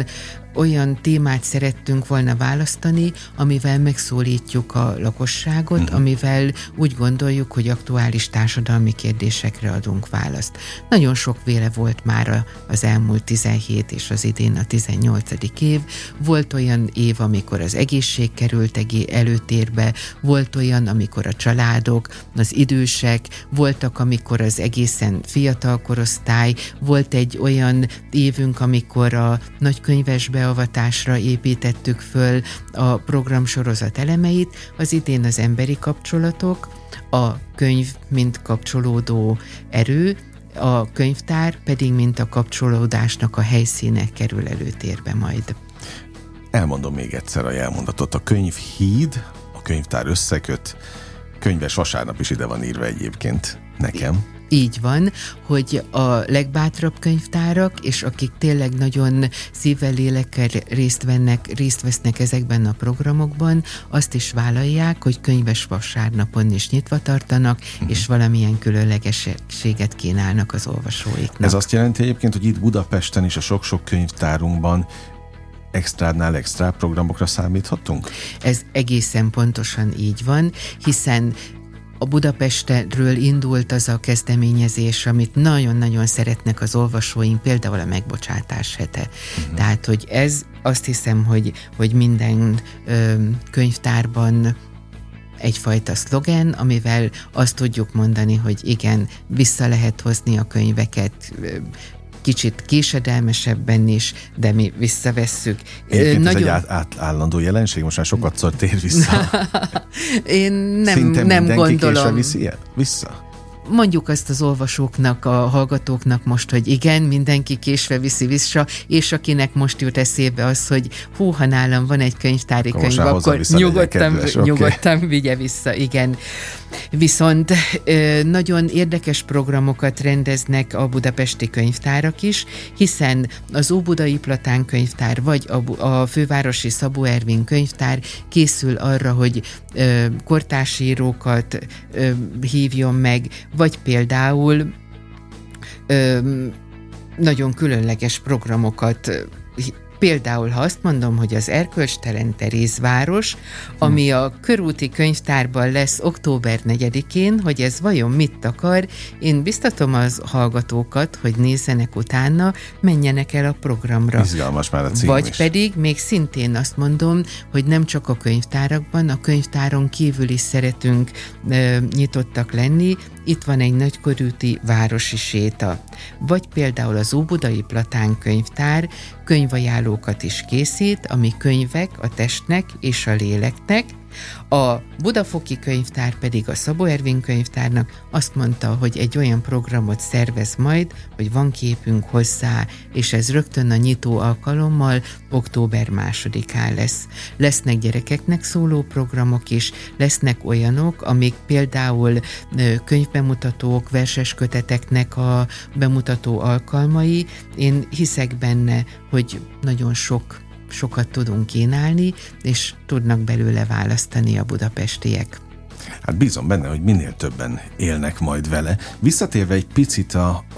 olyan témát szerettünk volna választani, amivel megszólítjuk a lakosságot, amivel úgy gondoljuk, hogy aktuális társadalmi kérdésekre adunk választ. Nagyon sokféle volt már az elmúlt 17 és az idén a 18. év. Volt olyan év, amikor az egészség került előtérbe, volt olyan, amikor a családok, az idősek, voltak, amikor az egészen fiatal korosztály, volt egy olyan évünk, amikor a nagykönyves beavatásra építettük föl a programsorozat elemeit, az idén az emberi kapcsolatok, a könyv mint kapcsolódó erő, a könyvtár pedig mint a kapcsolódásnak a helyszíne kerül előtérbe majd. Elmondom még egyszer a jelmondatot. A könyv híd, a könyvtár összeköt, könyves vasárnap is ide van írva egyébként nekem. Így van, hogy a legbátrabb könyvtárak, és akik tényleg nagyon szívvel, lélekkel részt vesznek ezekben a programokban, azt is vállalják, hogy könyves vasárnapon is nyitva tartanak, és valamilyen különlegességet kínálnak az olvasóiknak. Ez azt jelenti egyébként, hogy itt Budapesten is a sok-sok könyvtárunkban extránál extra programokra számíthatunk? Ez egészen pontosan így van, hiszen a Budapestről indult az a kezdeményezés, amit nagyon-nagyon szeretnek az olvasóink, például a megbocsátás hete. Tehát, hogy ez azt hiszem, hogy minden könyvtárban egyfajta szlogen, amivel azt tudjuk mondani, hogy igen, vissza lehet hozni a könyveket, kicsit késedelmesebben is, de mi visszavesszük. Egyébként nagyon... ez egy állandó jelenség, most már sokatszor tér vissza. Én nem gondolom. Viszi vissza? Mondjuk azt az olvasóknak, a hallgatóknak most, hogy igen, mindenki késve viszi vissza, és akinek most jut eszébe az, hogy ha nálam van egy könyvtári könyv, akkor nyugodtan vigye vissza, igen. Viszont nagyon érdekes programokat rendeznek a budapesti könyvtárak is, hiszen az Óbudai Platán könyvtár, vagy a fővárosi Szabó Ervin könyvtár készül arra, hogy kortárs írókat hívjon meg, vagy például nagyon különleges programokat. Például, ha azt mondom, hogy az Erkölcstelen Terézváros, ami a Körúti Könyvtárban lesz október 4-én, hogy ez vajon mit akar, én biztatom az hallgatókat, hogy nézzenek utána, menjenek el a programra. Izgalmas már a cím vagy is. pedig még szintén azt mondom, hogy nem csak a könyvtárakban, a könyvtáron kívül is szeretünk nyitottak lenni. Itt van egy nagykörúti városi séta. Vagy például az Óbudai Platán könyvtár könyvajánlókat is készít, ami könyvek a testnek és a léleknek. A Budafoki könyvtár pedig a Szabó Ervin könyvtárnak azt mondta, hogy egy olyan programot szervez majd, hogy van képünk hozzá, és ez rögtön a nyitó alkalommal október 2-án lesz. Lesznek gyerekeknek szóló programok is, lesznek olyanok, amik például könyvbemutatók, verses köteteknek a bemutató alkalmai. Én hiszek benne, hogy nagyon sokat tudunk kínálni, és tudnak belőle választani a budapestiek. Hát bízom benne, hogy minél többen élnek majd vele. Visszatérve egy picit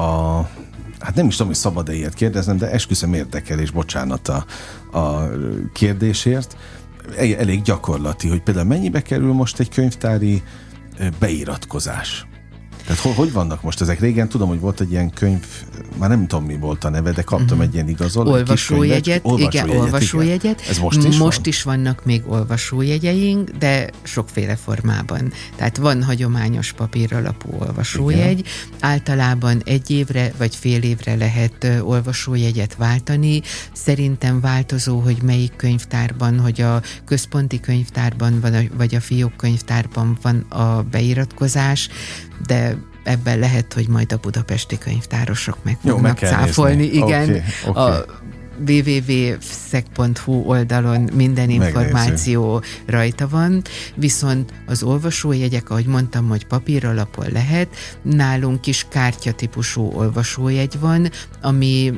hát nem is tudom, hogy szabad-e ilyet kérdeznem, de esküszöm érdekel, és bocsánat a kérdésért. Elég gyakorlati, hogy például mennyibe kerül most egy könyvtári beiratkozás? Tehát hogy vannak most ezek? Régen tudom, hogy volt egy ilyen könyv, már nem tudom, mi volt a neve, de kaptam egy ilyen igazoló. Olvasójegyet. Ez most is Most is vannak még olvasójegyeink, de sokféle formában. Tehát van hagyományos papíralapú olvasójegy, általában 1 évre vagy fél évre lehet olvasójegyet váltani. Szerintem változó, hogy melyik könyvtárban, hogy a központi könyvtárban vagy a fiók könyvtárban van a beiratkozás, de ebben lehet, hogy majd a budapesti könyvtárosok meg fognak cáfolni. Igen, okay. A www.szeg.hu oldalon minden információ rajta van, viszont az olvasójegyek, ahogy mondtam, hogy papíralapon lehet, nálunk is kártyatípusú olvasójegy van, ami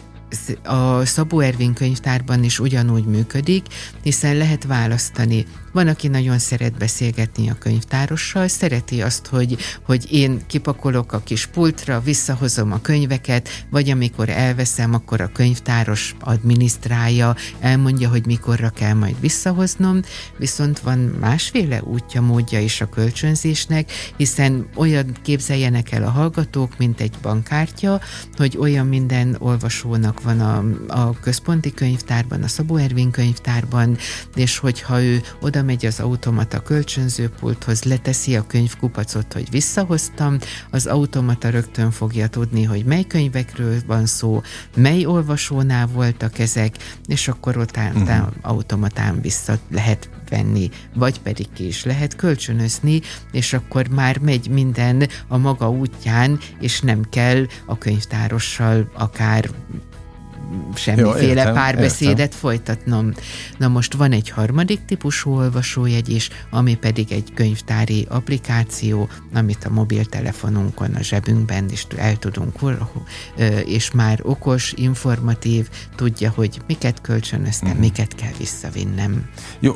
a Szabó Ervin könyvtárban is ugyanúgy működik, hiszen lehet választani. Van, aki nagyon szeret beszélgetni a könyvtárossal, szereti azt, hogy én kipakolok a kis pultra, visszahozom a könyveket, vagy amikor elveszem, akkor a könyvtáros adminisztrálja, elmondja, hogy mikorra kell majd visszahoznom, viszont van másféle útja, módja is a kölcsönzésnek, hiszen olyan képzeljenek el a hallgatók, mint egy bankkártya, hogy olyan minden olvasónak van a központi könyvtárban, a Szabó Ervin könyvtárban, és hogyha ő oda megy az automata kölcsönzőpulthoz, leteszi a könyvkupacot, hogy visszahoztam, az automata rögtön fogja tudni, hogy mely könyvekről van szó, mely olvasónál voltak ezek, és akkor ott automatán vissza lehet venni, vagy pedig ki is lehet kölcsönözni, és akkor már megy minden a maga útján, és nem kell a könyvtárossal akár semmiféle párbeszédet folytatnom. Na most van egy harmadik típusú olvasójegy is, ami pedig egy könyvtári applikáció, amit a mobiltelefonunkon, a zsebünkben is el tudunk, és már okos, informatív, tudja, hogy miket kölcsönöztem, miket kell visszavinnem. Jó,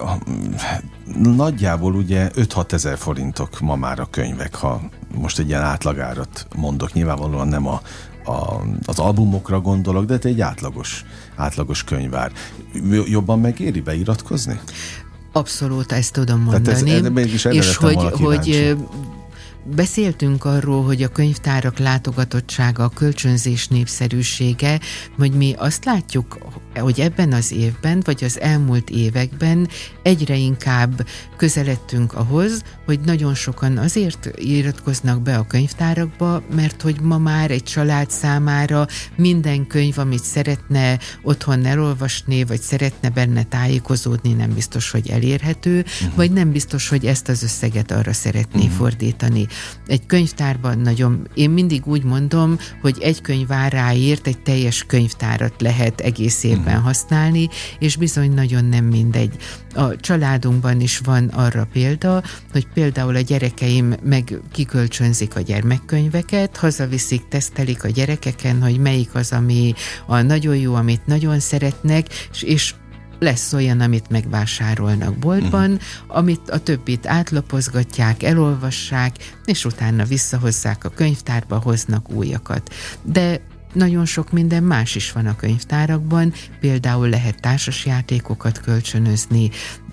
nagyjából ugye 5-6 ezer forintok ma már a könyvek, ha most egy ilyen átlagárat mondok, nyilvánvalóan nem az albumokra gondolok, de egy átlagos könyvár. Jobban megéri beiratkozni? Abszolút, ezt tudom mondani. És hogy Beszéltünk arról, hogy a könyvtárak látogatottsága, a kölcsönzés népszerűsége, hogy mi azt látjuk, hogy ebben az évben, vagy az elmúlt években egyre inkább közeledtünk ahhoz, hogy nagyon sokan azért iratkoznak be a könyvtárakba, mert hogy ma már egy család számára minden könyv, amit szeretne otthon elolvasni, vagy szeretne benne tájékozódni, nem biztos, hogy elérhető, vagy nem biztos, hogy ezt az összeget arra szeretné fordítani. Egy könyvtárban én mindig úgy mondom, hogy egy könyv áráért egy teljes könyvtárat lehet egész évben használni, és bizony nagyon nem mindegy. A családunkban is van arra példa, hogy például a gyerekeim meg kikölcsönzik a gyermekkönyveket, hazaviszik, tesztelik a gyerekeken, hogy melyik az, ami a nagyon jó, amit nagyon szeretnek, és lesz olyan, amit megvásárolnak boltban, amit a többit átlapozgatják, elolvassák, és utána visszahozzák a könyvtárba, hoznak újakat. De nagyon sok minden más is van a könyvtárakban, például lehet társasjátékokat kölcsönözni.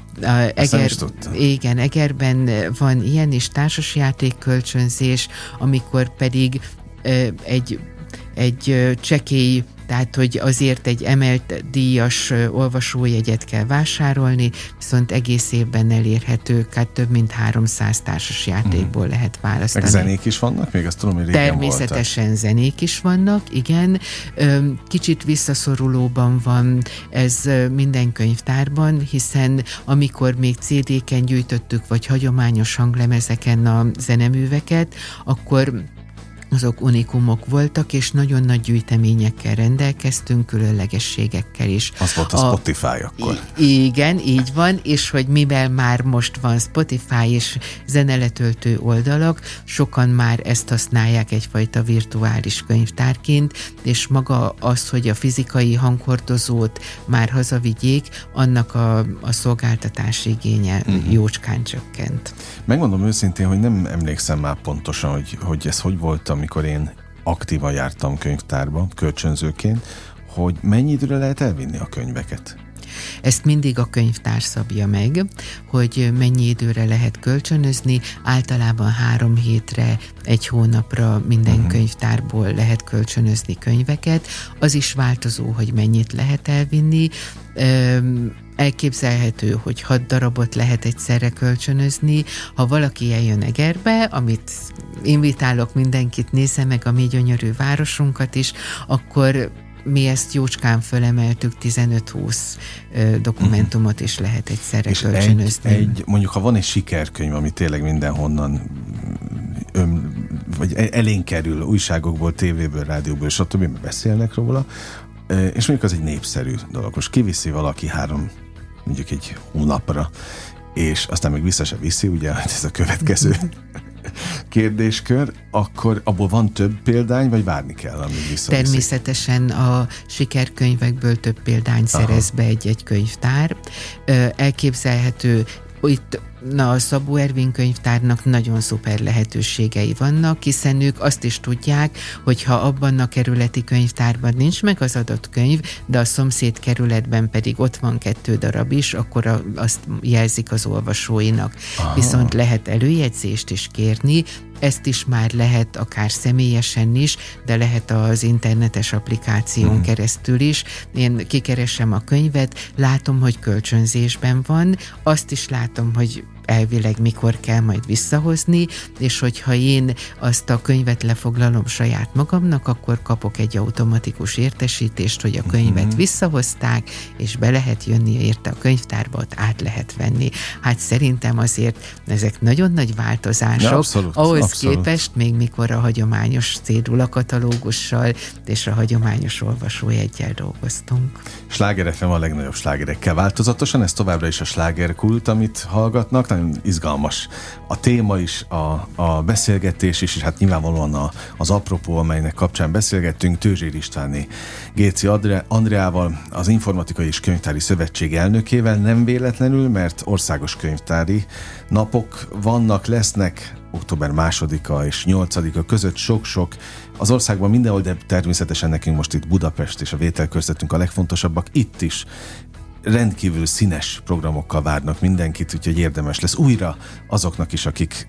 Egerben van ilyen is társasjáték kölcsönzés, amikor pedig egy csekély, tehát hogy azért egy emelt díjas olvasójegyet kell vásárolni, viszont egész évben elérhető, több mint 300 társasjátékból lehet választani. Meg zenék is vannak? Még azt tudom, hogy régen természetesen voltak. Zenék is vannak, igen. Kicsit visszaszorulóban van ez minden könyvtárban, hiszen amikor még CD-ken gyűjtöttük, vagy hagyományos hanglemezeken a zeneműveket, akkor azok unikumok voltak, és nagyon nagy gyűjteményekkel rendelkeztünk, különlegességekkel is. Az volt a Spotify akkor. Igen, így van, és hogy mivel már most van Spotify és zeneletöltő oldalak, sokan már ezt használják egyfajta virtuális könyvtárként, és maga az, hogy a fizikai hanghordozót már hazavigyék, annak a szolgáltatási igénye jócskán csökkent. Megmondom őszintén, hogy nem emlékszem már pontosan, hogy ez hogy volt, amikor én aktívan jártam könyvtárba, kölcsönzőként, hogy mennyi időre lehet elvinni a könyveket? Ezt mindig a könyvtár szabja meg, hogy mennyi időre lehet kölcsönözni, általában 3 hétre, 1 hónapra minden könyvtárból lehet kölcsönözni könyveket. Az is változó, hogy mennyit lehet elvinni. Elképzelhető, hogy 6 darabot lehet egyszerre kölcsönözni. Ha valaki eljön Egerbe, amit invitálok mindenkit, nézze meg a mi gyönyörű városunkat is, akkor mi ezt jócskán fölemeltük, 15-20 dokumentumot is lehet egyszerre és kölcsönözni. Mondjuk, ha van egy sikerkönyv, ami tényleg mindenhonnan vagy elénk kerül, újságokból, tévéből, rádióból, stb. Beszélnek róla, és mondjuk az egy népszerű dolog. Most kiviszi valaki mondjuk egy hónapra, és aztán még vissza se viszi, ugye, ez a következő kérdéskör, akkor abból van több példány, vagy várni kell, amíg visszaviszik? Természetesen a sikerkönyvekből több példány szerez be egy könyvtár. Elképzelhető, itt a Szabó Ervin könyvtárnak nagyon szuper lehetőségei vannak, hiszen ők azt is tudják, hogy ha abban a kerületi könyvtárban nincs meg az adott könyv, de a szomszéd kerületben pedig ott van 2 darab is, akkor azt jelzik az olvasóinak. Viszont lehet előjegyzést is kérni, ezt is már lehet akár személyesen is, de lehet az internetes applikáción keresztül is. Én kikeresem a könyvet, látom, hogy kölcsönzésben van, azt is látom, hogy elvileg mikor kell majd visszahozni, és hogyha én azt a könyvet lefoglalom saját magamnak, akkor kapok egy automatikus értesítést, hogy a könyvet visszahozták, és be lehet jönni érte a könyvtárba, ott át lehet venni. Hát szerintem azért ezek nagyon nagy változások. Ja, ahhoz képest, még mikor a hagyományos cédulakatalógussal és a hagyományos olvasójeggyel dolgoztunk. Sláger FM a legnagyobb slágerekkel változatosan, ez továbbra is a slágerkult, amit hallgatnak, nagyon izgalmas a téma is, a beszélgetés is, és hát nyilvánvalóan az apropó, amelynek kapcsán beszélgettünk, Tőzsér Istvánné Géci Andreával, az Informatikai és Könyvtári Szövetség elnökével, nem véletlenül, mert országos könyvtári napok vannak, lesznek, október 2-a és 8-a között sok-sok az országban mindenhol, de természetesen nekünk most itt Budapest és a vételkörzetünk a legfontosabbak, itt is rendkívül színes programokkal várnak mindenkit, úgyhogy érdemes lesz újra azoknak is, akik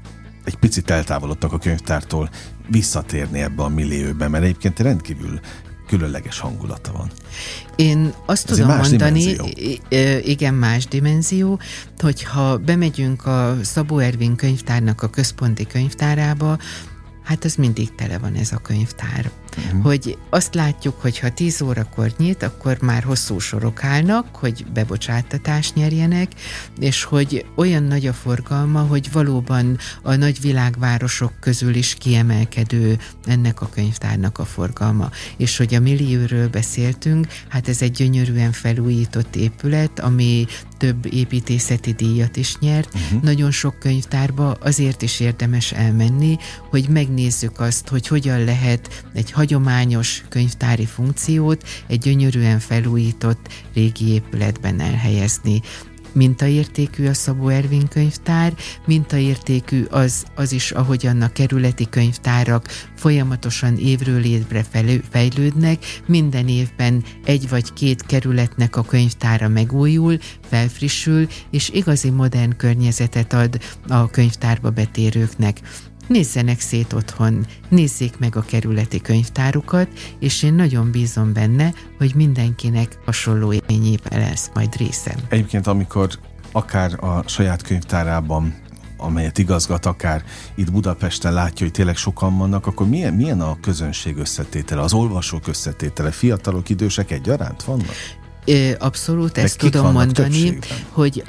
egy picit eltávolodtak a könyvtártól, visszatérni ebbe a millióbe, mert egyébként rendkívül különleges hangulata van. Én azt tudom mondani, igen, más dimenzió, hogyha bemegyünk a Szabó Ervin könyvtárnak a központi könyvtárába, hát az mindig tele van ez a könyvtár. Hogy azt látjuk, hogy ha 10 órakor nyit, akkor már hosszú sorok állnak, hogy bebocsáttatást nyerjenek, és hogy olyan nagy a forgalma, hogy valóban a nagy világvárosok közül is kiemelkedő ennek a könyvtárnak a forgalma. És hogy a millióről beszéltünk, hát ez egy gyönyörűen felújított épület, ami több építészeti díjat is nyert. Nagyon sok könyvtárba azért is érdemes elmenni, hogy megnézzük azt, hogy hogyan lehet egy hagyományos könyvtári funkciót egy gyönyörűen felújított régi épületben elhelyezni. Mintaértékű a Szabó Ervin könyvtár, mintaértékű az is, ahogyan a kerületi könyvtárak folyamatosan évről évre fejlődnek, minden évben 1 vagy 2 kerületnek a könyvtára megújul, felfrissül, és igazi modern környezetet ad a könyvtárba betérőknek. Nézzenek szét otthon, nézzék meg a kerületi könyvtárukat, és én nagyon bízom benne, hogy mindenkinek hasonló élményében lesz majd részem. Egyébként, amikor akár a saját könyvtárában, amelyet igazgat, akár itt Budapesten látja, hogy tényleg sokan vannak, akkor milyen a közönség összetétele, az olvasók összetétele, fiatalok, idősek egyaránt vannak? Abszolút, ezt tudom mondani, hogy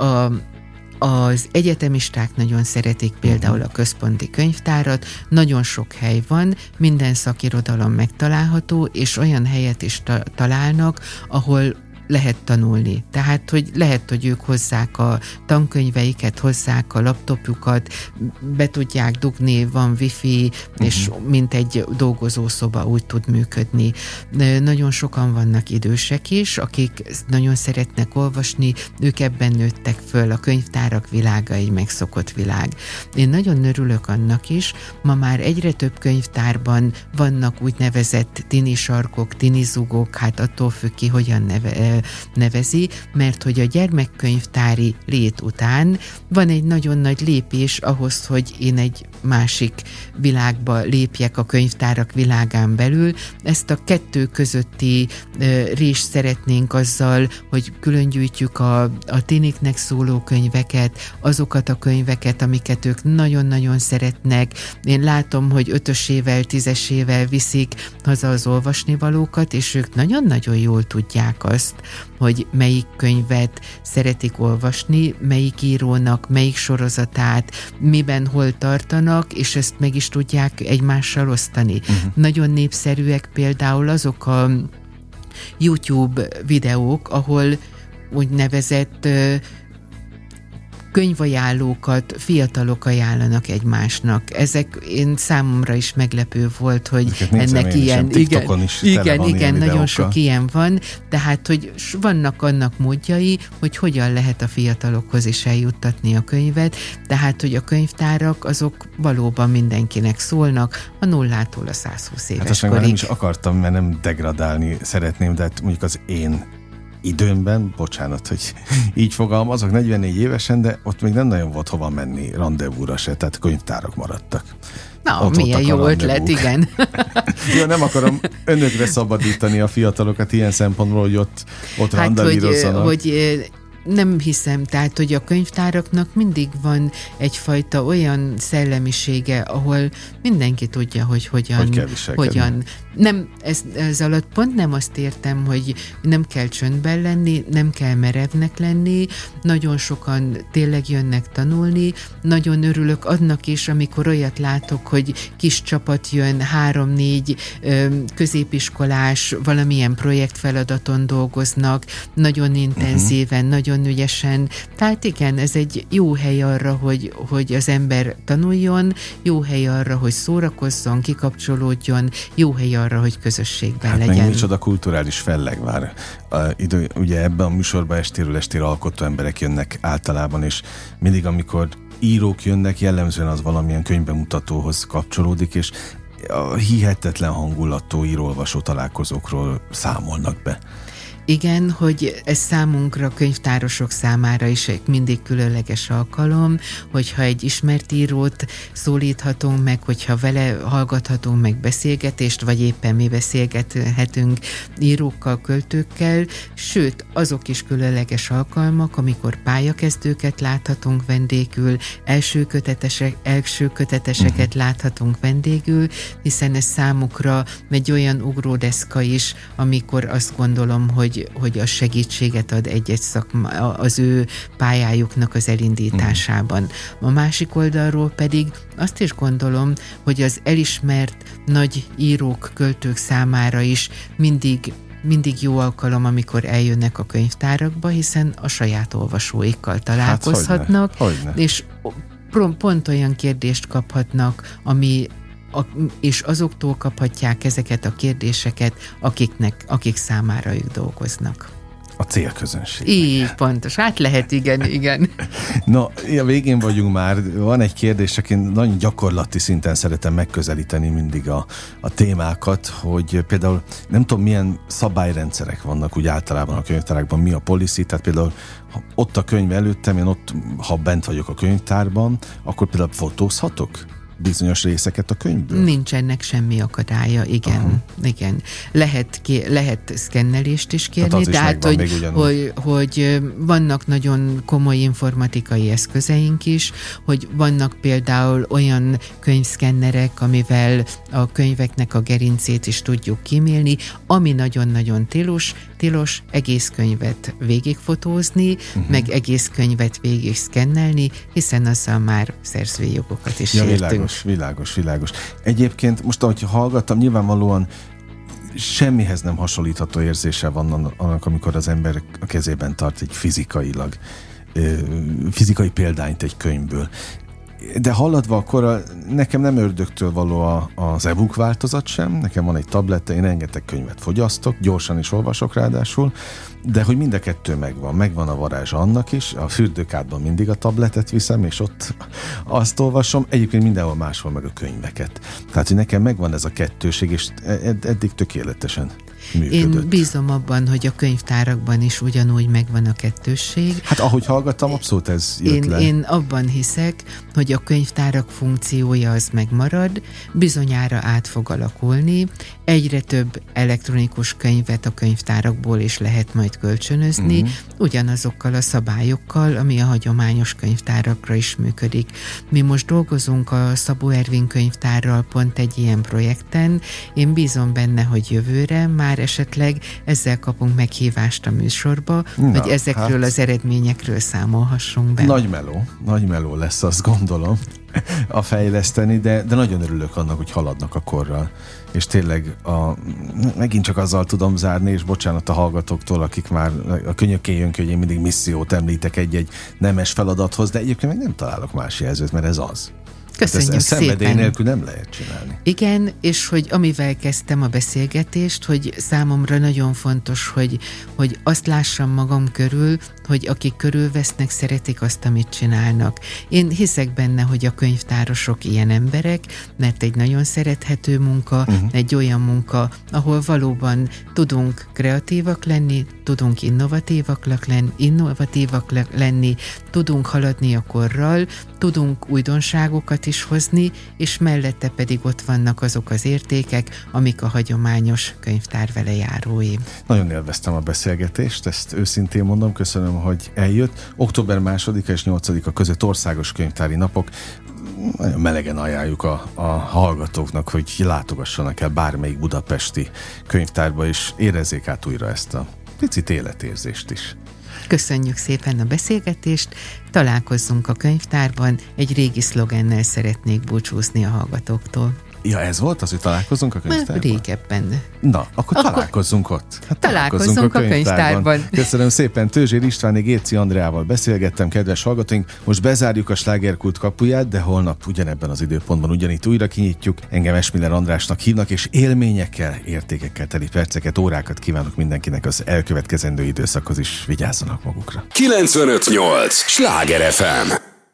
az egyetemisták nagyon szeretik például a központi könyvtárat, nagyon sok hely van, minden szakirodalom megtalálható, és olyan helyet is találnak, ahol lehet tanulni. Tehát, hogy lehet, hogy ők hozzák a tankönyveiket, hozzák a laptopjukat, be tudják dugni, van wifi, és mint egy dolgozószoba úgy tud működni. Nagyon sokan vannak idősek is, akik nagyon szeretnek olvasni, ők ebben nőttek föl, a könyvtárak világa egy megszokott világ. Én nagyon örülök annak is, ma már egyre több könyvtárban vannak úgynevezett tinisarkok, tinizugók, hát attól függ ki, hogyan nevezi, mert hogy a gyermekkönyvtári lét után van egy nagyon nagy lépés ahhoz, hogy én egy másik világba lépjek a könyvtárak világán belül. Ezt a kettő közötti rést szeretnénk azzal, hogy különgyűjtjük a tiniknek szóló könyveket, azokat a könyveket, amiket ők nagyon-nagyon szeretnek. Én látom, hogy 5-ösével, 10-esével viszik haza az olvasnivalókat, és ők nagyon-nagyon jól tudják azt, hogy melyik könyvet szeretik olvasni, melyik írónak, melyik sorozatát, miben hol tartanak, és ezt meg is tudják egymással osztani. Nagyon népszerűek például azok a YouTube videók, ahol úgynevezett könyvajánlókat fiatalok ajánlanak egymásnak. Ezek számomra is meglepő volt, hogy ennek ilyen... Igen, nagyon sok ilyen van, tehát, hogy vannak annak módjai, hogy hogyan lehet a fiatalokhoz is eljuttatni a könyvet, tehát, hogy a könyvtárak azok valóban mindenkinek szólnak, a 0-tól a 120 éves hát azt korig. Nem is akartam, mert nem degradálni szeretném, de hát mondjuk az én időmben, bocsánat, hogy így fogalmazok, 44 évesen, de ott még nem nagyon volt hova menni randevúra se, tehát könyvtárak maradtak. Na, ott milyen jó ötlet, igen. Jó, nem akarom önökre szabadítani a fiatalokat ilyen szempontból, hogy ott randalírozzanak. Hogy nem hiszem, tehát, hogy a könyvtáraknak mindig van egyfajta olyan szellemisége, ahol mindenki tudja, hogy hogyan. Nem, ez alatt pont nem azt értem, hogy nem kell csöndben lenni, nem kell merevnek lenni, nagyon sokan tényleg jönnek tanulni, nagyon örülök annak is, amikor olyat látok, hogy kis csapat jön, 3-4 középiskolás valamilyen projektfeladaton dolgoznak, nagyon intenzíven, nagyon ügyesen. Tehát igen, ez egy jó hely arra, hogy az ember tanuljon, jó hely arra, hogy szórakozzon, kikapcsolódjon, jó hely arra, hogy közösségben legyen. Meg micsoda kulturális fellegvár. Ugye ebben a műsorban estéről estére alkotó emberek jönnek általában, és mindig, amikor írók jönnek, jellemzően az valamilyen könyvbemutatóhoz kapcsolódik, és a hihetetlen hangulatú író-olvasó találkozókról számolnak be. Igen, hogy ez számunkra, könyvtárosok számára is egy mindig különleges alkalom, hogyha egy ismert írót szólíthatunk meg, hogyha vele hallgathatunk meg beszélgetést, vagy éppen mi beszélgethetünk írókkal, költőkkel, sőt, azok is különleges alkalmak, amikor pályakezdőket láthatunk vendégül, első köteteseket láthatunk vendégül, hiszen ez számukra egy olyan ugródeszka is, amikor azt gondolom, hogy a segítséget ad egy-egy szakma az ő pályájuknak az elindításában. A másik oldalról pedig azt is gondolom, hogy az elismert nagy írók, költők számára is mindig jó alkalom, amikor eljönnek a könyvtárakba, hiszen a saját olvasóikkal találkozhatnak, hogyne. És pont olyan kérdést kaphatnak, és azoktól kaphatják ezeket a kérdéseket, akik számára ők dolgoznak. A célközönség. Így, pontos. Hát lehet, igen. No, a végén vagyunk már. Van egy kérdés, csak én nagyon gyakorlati szinten szeretem megközelíteni mindig a témákat, hogy például nem tudom, milyen szabályrendszerek vannak úgy általában a könyvtárakban, mi a policy, tehát például ott a könyv előttem, én ott, ha bent vagyok a könyvtárban, akkor például fotózhatok bizonyos részeket a könyvből? Nincs ennek semmi akadálya, igen. Lehet szkennelést is kérni, tehát hogy vannak nagyon komoly informatikai eszközeink is, hogy vannak például olyan könyvszkennerek, amivel a könyveknek a gerincét is tudjuk kímélni, ami nagyon-nagyon tilos egész könyvet végigfotózni, meg egész könyvet végig szkennelni, hiszen azzal már szerzői jogokat is sértünk. Világos. Egyébként most, ahogy hallgattam, nyilvánvalóan semmihez nem hasonlítható érzése van annak, amikor az ember a kezében tart egy fizikai példányt egy könyvből. De halladva akkor nekem nem ördögtől való az e-book változat sem, nekem van egy tablette, én rengeteg könyvet fogyasztok, gyorsan is olvasok ráadásul, de hogy mind a kettő megvan a varázsa annak is, a fürdőkádban mindig a tabletet viszem, és ott azt olvasom, egyébként mindenhol máshol meg a könyveket. Tehát, hogy nekem megvan ez a kettőség, és eddig tökéletesen működött. Én bízom abban, hogy a könyvtárakban is ugyanúgy megvan a kettősség. Hát ahogy hallgattam, abszolút ez jött le. Én abban hiszek, hogy a könyvtárak funkciója az megmarad, bizonyára át fog alakulni, egyre több elektronikus könyvet a könyvtárakból is lehet majd kölcsönözni, ugyanazokkal a szabályokkal, ami a hagyományos könyvtárakra is működik. Mi most dolgozunk a Szabó Ervin könyvtárral pont egy ilyen projekten, én bízom benne, hogy jövőre már esetleg ezzel kapunk meghívást a műsorba, hogy ezekről az eredményekről számolhassunk be. Nagy meló lesz, azt gondolom, a fejleszteni, de nagyon örülök annak, hogy haladnak a korral. És tényleg megint csak azzal tudom zárni, és bocsánat a hallgatóktól, akik már a könyökén jön, hogy én mindig missziót említek egy nemes feladathoz, de egyébként meg nem találok más jelzőt, mert ez az. Köszönjük ezt szépen. Szenvedély nélkül nem lehet csinálni. Igen, és hogy amivel kezdtem a beszélgetést, hogy számomra nagyon fontos, hogy azt lássam magam körül, hogy akik körülvesznek, szeretik azt, amit csinálnak. Én hiszek benne, hogy a könyvtárosok ilyen emberek, mert egy nagyon szerethető munka, egy olyan munka, ahol valóban tudunk kreatívak lenni, tudunk innovatívak lenni, tudunk haladni a korral, tudunk újdonságokat is hozni, és mellette pedig ott vannak azok az értékek, amik a hagyományos könyvtár velejárói. Nagyon élveztem a beszélgetést, ezt őszintén mondom, köszönöm, hogy eljött. Október 2-a és 8-a között országos könyvtári napok. Nagyon melegen ajánljuk a hallgatóknak, hogy látogassanak el bármelyik budapesti könyvtárba, és érezzék át újra ezt a picit életérzést is. Köszönjük szépen a beszélgetést, találkozzunk a könyvtárban, egy régi szlogennel szeretnék búcsúzni a hallgatóktól. Ja, ez volt az, hogy találkozunk a könyvtárban? Régebben. Na, akkor találkozzunk ott. Találkozzunk a könyvtárban. Köszönöm szépen, Tőzsér Istvánig Gérci Andreával beszélgettem, kedves hallgatóink. Most bezárjuk a Slágerkult kapuját, de holnap ugyanebben az időpontban ugyanitt újra kinyitjuk. Engem Esmiller Andrásnak hívnak, és élményekkel, értékekkel teli perceket, órákat kívánok mindenkinek az elkövetkezendő időszakhoz is. Vigyázzanak magukra. 95.8 Sláger FM